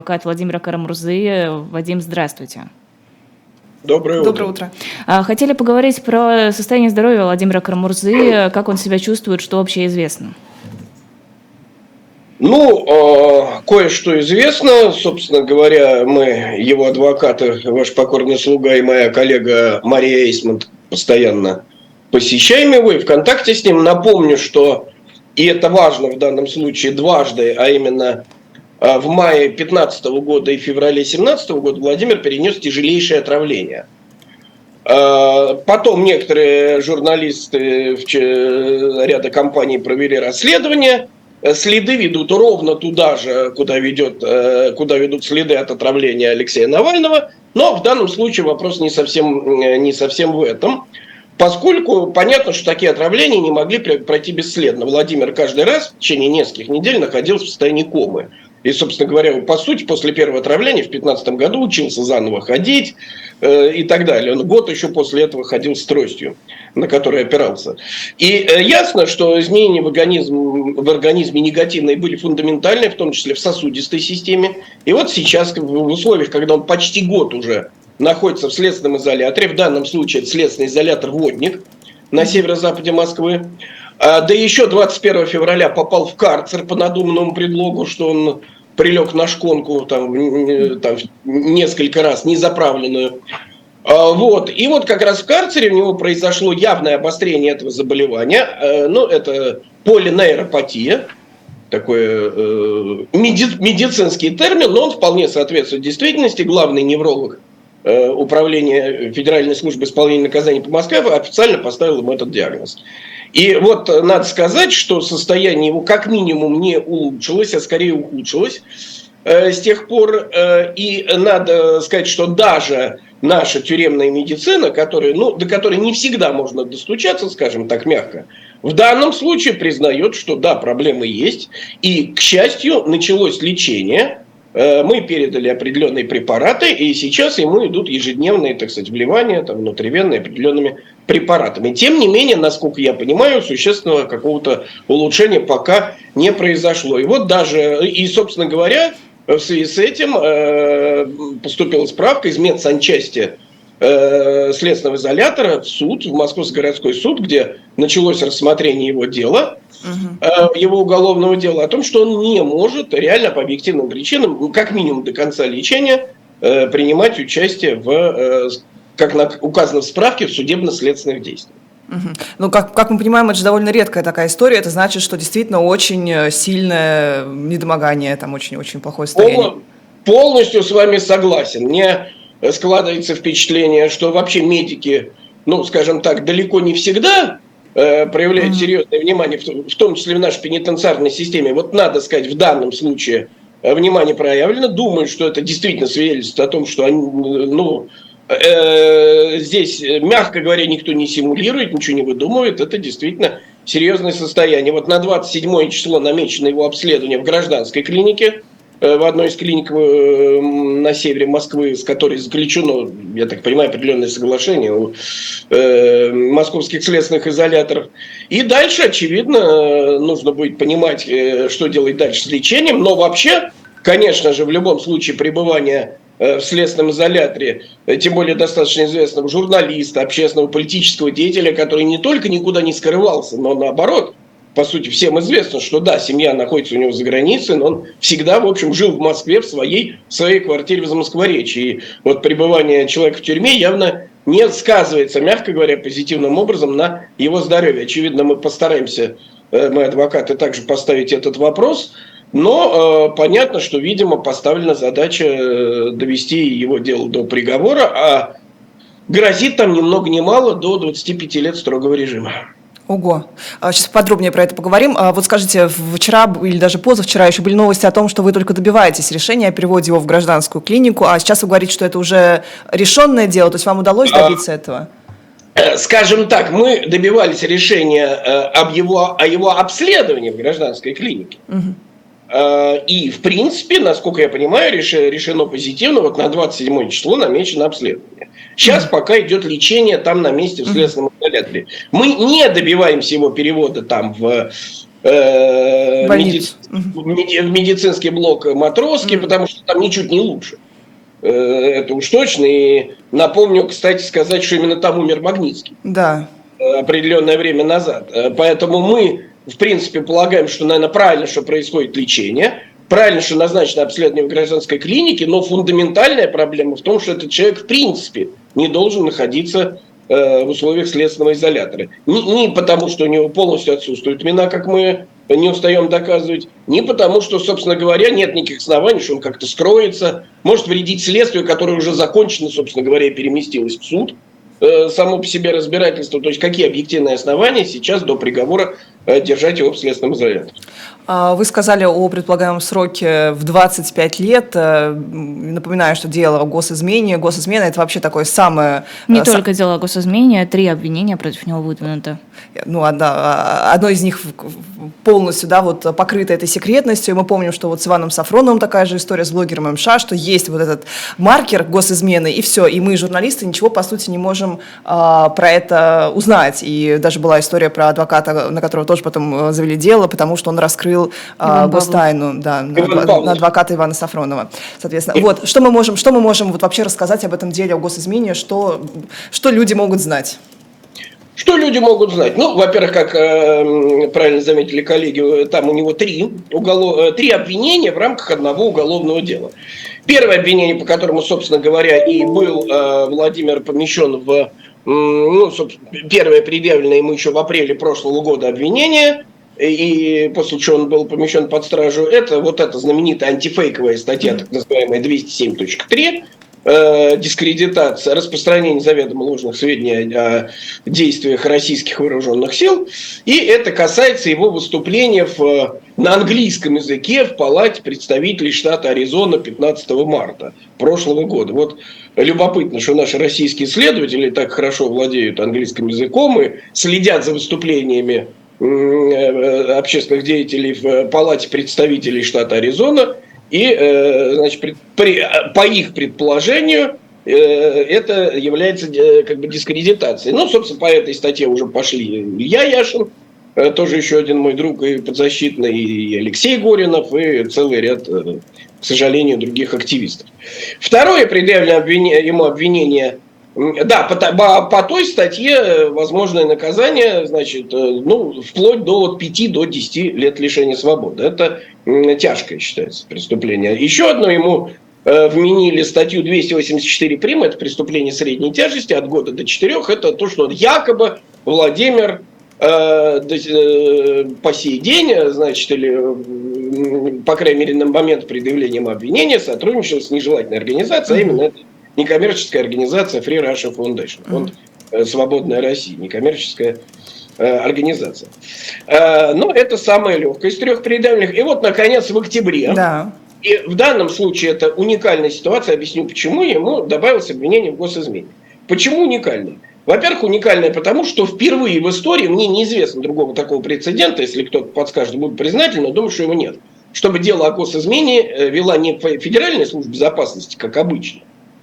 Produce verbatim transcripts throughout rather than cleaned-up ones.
Адвокат Владимира Карамурзы. Вадим, здравствуйте. Доброе утро. Доброе утро. Хотели поговорить про состояние здоровья Владимира Карамурзы, как он себя чувствует, что общеизвестно. Ну, э, кое-что известно. Собственно говоря, мы, его адвокаты, ваш покорный слуга и моя коллега Мария Эйсмонт, постоянно посещаем его и в контакте с ним. Напомню, что, и это важно в данном случае, дважды, а именно в мае две тысячи пятнадцатого года и феврале две тысячи семнадцатого года Владимир перенес тяжелейшее отравление. Потом некоторые журналисты ряда компаний провели расследование. Следы ведут ровно туда же, куда, ведет, куда ведут следы от отравления Алексея Навального. Но в данном случае вопрос не совсем, не совсем в этом. Поскольку понятно, что такие отравления не могли пройти бесследно. Владимир каждый раз в течение нескольких недель находился в состоянии комы. И, собственно говоря, по сути, после первого отравления в две тысячи пятнадцатом году учился заново ходить э, и так далее. Он год еще после этого ходил с тростью, на которой опирался. И э, ясно, что изменения в, организм, в организме негативные были фундаментальные, в том числе в сосудистой системе. И вот сейчас, в условиях, когда он почти год уже находится в следственном изоляторе, в данном случае это следственный изолятор «Водник» на северо-западе Москвы, да еще двадцать первого февраля попал в карцер по надуманному предлогу, что он прилег на шконку там, там, несколько раз, незаправленную. Вот. И вот как раз в карцере у него произошло явное обострение этого заболевания. Ну, это полинейропатия, такой э, меди- медицинский термин, но он вполне соответствует действительности. Главный невролог э, управления Федеральной службы исполнения наказаний по Москве официально поставил ему этот диагноз. И вот надо сказать, что состояние его как минимум не улучшилось, а скорее ухудшилось э, с тех пор. Э, и надо сказать, что даже наша тюремная медицина, которая, ну, до которой не всегда можно достучаться, скажем так мягко, в данном случае признает, что да, проблемы есть. И, к счастью, началось лечение. Мы передали определенные препараты, и сейчас ему идут ежедневные, так сказать, вливания там, внутривенные определенными препаратами. Тем не менее, насколько я понимаю, существенного какого-то улучшения пока не произошло. И вот даже, и, собственно говоря, в связи с этим э, поступила справка из медсанчасти э, следственного изолятора в суд, в Московский городской суд, где началось рассмотрение его дела, Uh-huh. его уголовного дела, о том, что он не может реально по объективным причинам, как минимум до конца лечения, принимать участие в, как указано в справке, в судебно-следственных действиях. Uh-huh. Ну, как, как мы понимаем, это же довольно редкая такая история. Это значит, что действительно очень сильное недомогание, там очень-очень плохое состояние. Пол, полностью с вами согласен. Мне складывается впечатление, что вообще медики, ну, скажем так, далеко не всегда проявляют серьезное внимание, в том числе в нашей пенитенциарной системе. Вот надо сказать, в данном случае внимание проявлено. Думаю, что это действительно свидетельствует о том, что они, ну, э, здесь, мягко говоря, никто не симулирует, ничего не выдумывает. Это действительно серьезное состояние. Вот на двадцать седьмое число намечено его обследование в гражданской клинике, в одной из клиник на севере Москвы, с которой заключено, я так понимаю, определенное соглашение у э, московских следственных изоляторов. И дальше, очевидно, нужно будет понимать, что делать дальше с лечением. Но вообще, конечно же, в любом случае пребывание в следственном изоляторе, тем более достаточно известного журналиста, общественного политического деятеля, который не только никуда не скрывался, но наоборот, по сути, всем известно, что да, семья находится у него за границей, но он всегда, в общем, жил в Москве в своей, в своей квартире в Замоскворечье. И вот пребывание человека в тюрьме явно не сказывается, мягко говоря, позитивным образом на его здоровье. Очевидно, мы постараемся, мы, адвокаты, также поставить этот вопрос. Но э, понятно, что, видимо, поставлена задача довести его дело до приговора, а грозит там ни много ни мало до двадцати пяти лет строгого режима. Ого. Сейчас подробнее про это поговорим. Вот скажите, вчера или даже позавчера еще были новости о том, что вы только добиваетесь решения о переводе его в гражданскую клинику, а сейчас вы говорите, что это уже решенное дело, то есть вам удалось добиться а, этого? Скажем так, мы добивались решения об его, о его обследовании в гражданской клинике. Угу. И, в принципе, насколько я понимаю, решено позитивно. Вот на двадцать седьмое число намечено обследование. Сейчас mm-hmm. пока идет лечение там на месте в следственном изоляторе. Мы не добиваемся его перевода там в э, меди... в медицинский блок Матроски, mm. потому что там ничуть не лучше. Это уж точно. И напомню, кстати, сказать, что именно там умер Магнитский. Да. Определенное время назад. Поэтому мы, в принципе, полагаем, что, наверное, правильно, что происходит лечение, правильно, что назначено обследование в гражданской клинике, но фундаментальная проблема в том, что этот человек, в принципе, не должен находиться в условиях следственного изолятора. Не, не потому, что у него полностью отсутствует вина, как мы не устаем доказывать, не потому, что, собственно говоря, нет никаких оснований, что он как-то скроется, может вредить следствию, которое уже закончено, собственно говоря, и переместилось в суд. Само по себе разбирательство, то есть какие объективные основания сейчас до приговора держать его в следственном изоляторе. Вы сказали о предполагаемом сроке в двадцать пять лет. Напоминаю, что дело о госизмене. Госизмена – это вообще такое самое… Не сам... только дело о госизмене, три обвинения против него выдвинуто. Ну, одна, одно из них полностью, да, вот покрыто этой секретностью. Мы помним, что вот с Иваном Сафроновым такая же история с блогером эм ша, что есть вот этот маркер госизмены, и все. И мы, журналисты, ничего, по сути, не можем а, про это узнать. И даже была история про адвоката, на которого тоже потом завели дело, потому что он раскрыл а, гостайну, да, на, на адвоката Ивана Сафронова. Соответственно, и... вот, что мы можем, что мы можем вот вообще рассказать об этом деле о госизмене, что, что люди могут знать? Что люди могут знать? Ну, во-первых, как э, правильно заметили коллеги, там у него три, уголов... три обвинения в рамках одного уголовного дела. Первое обвинение, по которому, собственно говоря, и был э, Владимир помещен в, ну, первое предъявленное ему еще в апреле прошлого года обвинение, и после чего он был помещен под стражу, это вот эта знаменитая антифейковая статья, так называемая двести семь точка три, э, дискредитация, распространение заведомо ложных сведений о действиях российских вооруженных сил, и это касается его выступления в, на английском языке в Палате представителей штата Аризона пятнадцатого марта прошлого года. Вот любопытно, что наши российские следователи так хорошо владеют английским языком и следят за выступлениями общественных деятелей в Палате представителей штата Аризона, и, значит, при, по их предположению, это является как бы дискредитацией. Ну, собственно, по этой статье уже пошли Илья Яшин, тоже еще один мой друг и подзащитный, и Алексей Горинов, и целый ряд, к сожалению, других активистов. Второе предъявленное обвинение, ему обвинение. Да, по, по, по той статье возможное наказание, значит, ну, вплоть до от пяти до десяти лет лишения свободы. Это тяжкое считается преступление. Еще одно ему э, вменили статью двести восемьдесят четыре прим. Это преступление средней тяжести от года до четырех. Это то, что якобы Владимир э, э, по сей день, значит, или по крайней мере на момент предъявления обвинения сотрудничал с нежелательной организацией, а именно это некоммерческая организация Free Russia Foundation, фонд mm-hmm. «Свободная Россия», некоммерческая э, организация. Э, ну, это самое легкое из трех предъявленных. И вот, наконец, в октябре, да. и в данном случае это уникальная ситуация, объясню почему, ему добавилось обвинение в госизмене. Почему уникальное? Во-первых, уникальное потому, что впервые в истории, мне неизвестно другого такого прецедента, если кто-то подскажет, буду признателен, но думаю, что его нет, чтобы дело о госизмене вела не Федеральная служба безопасности, как обычно,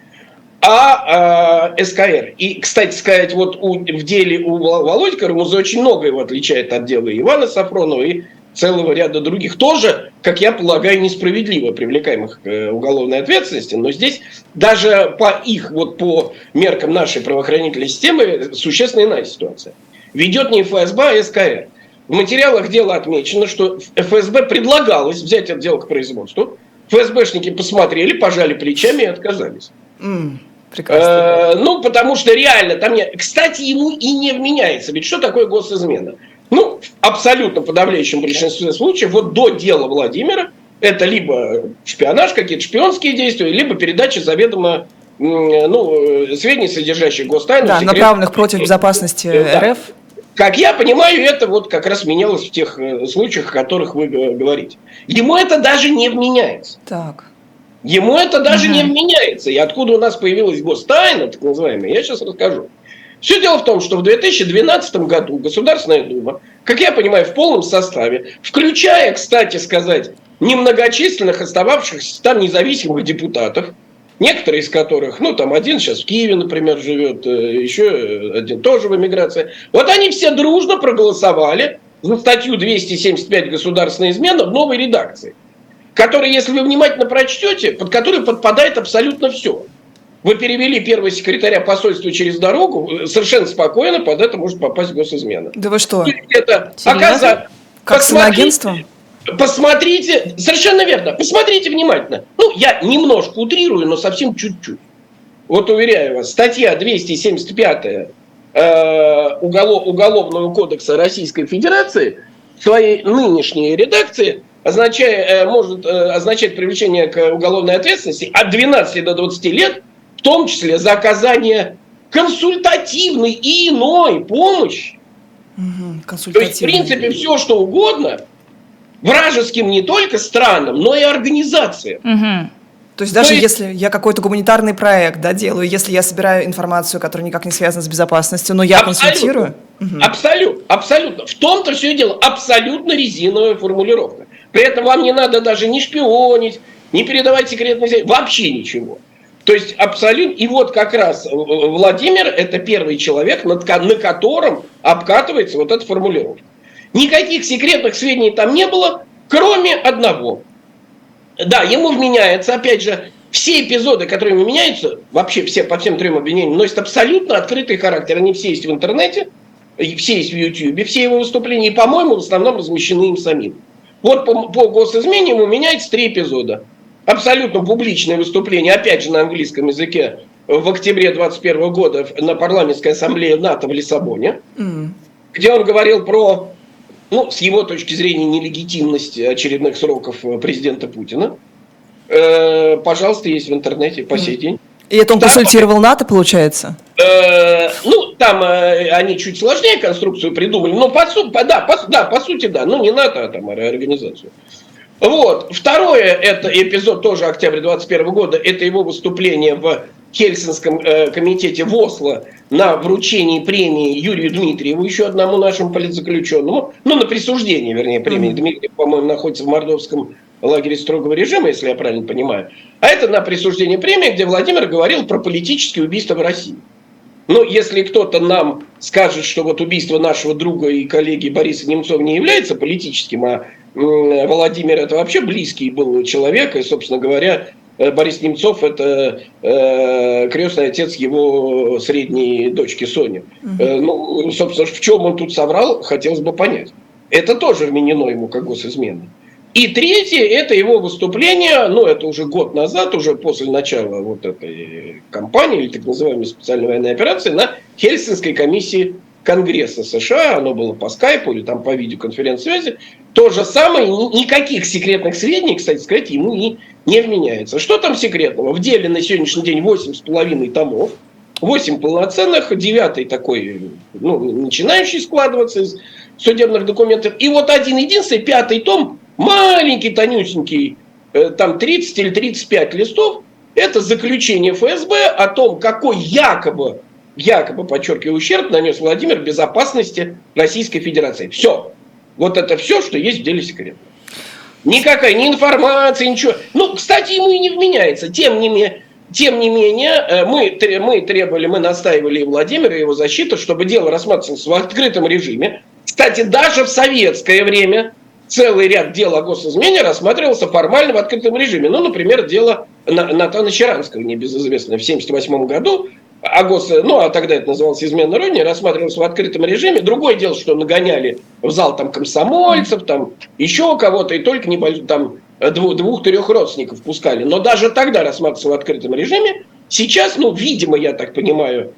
а э, эс ка эр. И, кстати сказать, вот у, в деле у Володи Карамурзы очень много его отличает от дела Ивана Сафронова и целого ряда других, тоже, как я полагаю, несправедливо привлекаемых к уголовной ответственности, но здесь даже по их, вот по меркам нашей правоохранительной системы, существенно иная ситуация. Ведет не эф эс бэ, а эс ка эр. В материалах дела отмечено, что эф эс бэ предлагалось взять это дело к производству, эф эс бэшники посмотрели, пожали плечами и отказались. Mm. Прекрасно. Э, ну, потому что реально там нет. Кстати, ему и не вменяется. Ведь что такое госизмена? Ну, в абсолютно подавляющем большинстве случаев, вот до дела Владимира, это либо шпионаж, какие-то шпионские действия, либо передача заведомо ну, сведений, содержащих гостайну. Да, направленных против безопасности да. эр эф. Как я понимаю, это вот как раз менялось в тех случаях, о которых вы говорите. Ему это даже не вменяется. Так. Ему это даже угу. не вменяется. И откуда у нас появилась гостайна, так называемая, я сейчас расскажу. Все дело в том, что в две тысячи двенадцатом году Государственная Дума, как я понимаю, в полном составе, включая, кстати сказать, немногочисленных остававшихся там независимых депутатов, некоторые из которых, ну там один сейчас в Киеве, например, живет, еще один тоже в эмиграции, вот они все дружно проголосовали за статью двести семьдесят пять «Государственная измена» в новой редакции, которая, если вы внимательно прочтете, под которую подпадает абсолютно все. Вы перевели первого секретаря посольства через дорогу, совершенно спокойно под это может попасть госизмена. Да вы что? Это, Серьезно? оказывается, Как посмотрите, самоагентство? Посмотрите, совершенно верно, посмотрите внимательно. Ну, я немножко утрирую, но совсем чуть-чуть. Вот уверяю вас, статья двести семьдесят пять э, уголов, Уголовного кодекса Российской Федерации в своей нынешней редакции означает, э, может э, означать привлечение к уголовной ответственности от двенадцати до двадцати лет, в том числе за оказание консультативной и иной помощи. Угу, То есть, в принципе, все, что угодно вражеским не только странам, но и организациям. Угу. То есть даже То есть- если я какой-то гуманитарный проект, да, делаю, если я собираю информацию, которая никак не связана с безопасностью, но я Абсолютно. консультирую. Мгм. Абсолютно, абсолютно. В том-то все и дело. Абсолютно резиновая формулировка. При этом вам не надо даже не шпионить, не передавать секретные связи, вообще ничего. То есть абсолютно. И вот как раз Владимир – это первый человек, над ко- на котором обкатывается вот эта формулировка. Никаких секретных сведений там не было, кроме одного. Да, ему вменяется, опять же, все эпизоды, которые ему меняются, вообще все по всем трем обвинениям, носят абсолютно открытый характер. Они все есть в интернете, и все есть в Ютьюбе, все его выступления, и, по-моему, в основном размещены им самим. Вот по, по госизмене ему меняется три эпизода. Абсолютно публичное выступление, опять же на английском языке, в октябре двадцать первого года на парламентской ассамблее НАТО в Лиссабоне, М. где он говорил про, ну, с его точки зрения, нелегитимность очередных сроков президента Путина. Э, пожалуйста, есть в интернете по сей день. И это он Да. консультировал НАТО, получается? Э, ну, там э, они чуть сложнее конструкцию придумали, но по сути, да, по, да, по сути, да, ну не НАТО, а там организацию. Вот. Второе, это эпизод тоже октября двадцать первого года, это его выступление в Хельсинском э, комитете в Осло на вручении премии Юрию Дмитриеву, еще одному нашему политзаключенному, ну, на присуждение, вернее, премии. Mm-hmm. Дмитриев, по-моему, находится в мордовском лагере строгого режима, если я правильно понимаю. А это на присуждение премии, где Владимир говорил про политические убийства в России. Ну, если кто-то нам скажет, что вот убийство нашего друга и коллеги Бориса Немцова не является политическим, а м, Владимир это вообще близкий был человек, и, собственно говоря, Борис Немцов – это э, крестный отец его средней дочки Сони. Mm-hmm. Э, ну, собственно, в чем он тут соврал, хотелось бы понять. Это тоже вменено ему как госизмена. И третье – это его выступление, ну, это уже год назад, уже после начала вот этой кампании, или так называемой специальной военной операции, на Хельсинской комиссии Конгресса США, оно было по скайпу или там по видеоконференц-связи, то же самое, никаких секретных сведений, кстати сказать, ему не, не вменяется. Что там секретного? В деле на сегодняшний день восемь с половиной томов, восемь полноценных, девятый такой, ну, начинающий складываться из судебных документов, и вот один единственный, пятый том, маленький, тонюсенький, там тридцать или тридцать пять листов, это заключение эф эс бэ о том, какой якобы, якобы, подчеркиваю, ущерб нанес Владимир безопасности Российской Федерации. Все. Вот это все, что есть в деле секретного. Никакая ни информация, ничего. Ну, кстати, ему и не вменяется. Тем не менее, тем не менее мы, мы требовали, мы настаивали и Владимира, и его защиту, чтобы дело рассматривалось в открытом режиме. Кстати, даже в советское время целый ряд дел о госизмене рассматривался формально в открытом режиме. Ну, например, дело Натана Щеранского, небезызвестное, в семьдесят восьмом году, а гос, ну, а тогда это называлось измена Родине, рассматривался в открытом режиме. Другое дело, что нагоняли в зал там комсомольцев, там еще кого-то, и только небольшой, там двух, двух-трех родственников пускали. Но даже тогда рассматривался в открытом режиме. Сейчас, ну, видимо, я так понимаю,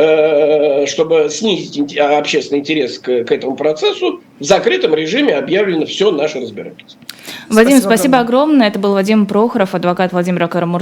чтобы снизить общественный интерес к, к этому процессу, в закрытом режиме объявлено все наше разбирательство. Вадим, Спасибо спасибо огромное. огромное. Это был Вадим Прохоров, адвокат Владимира Кара-Мурзы.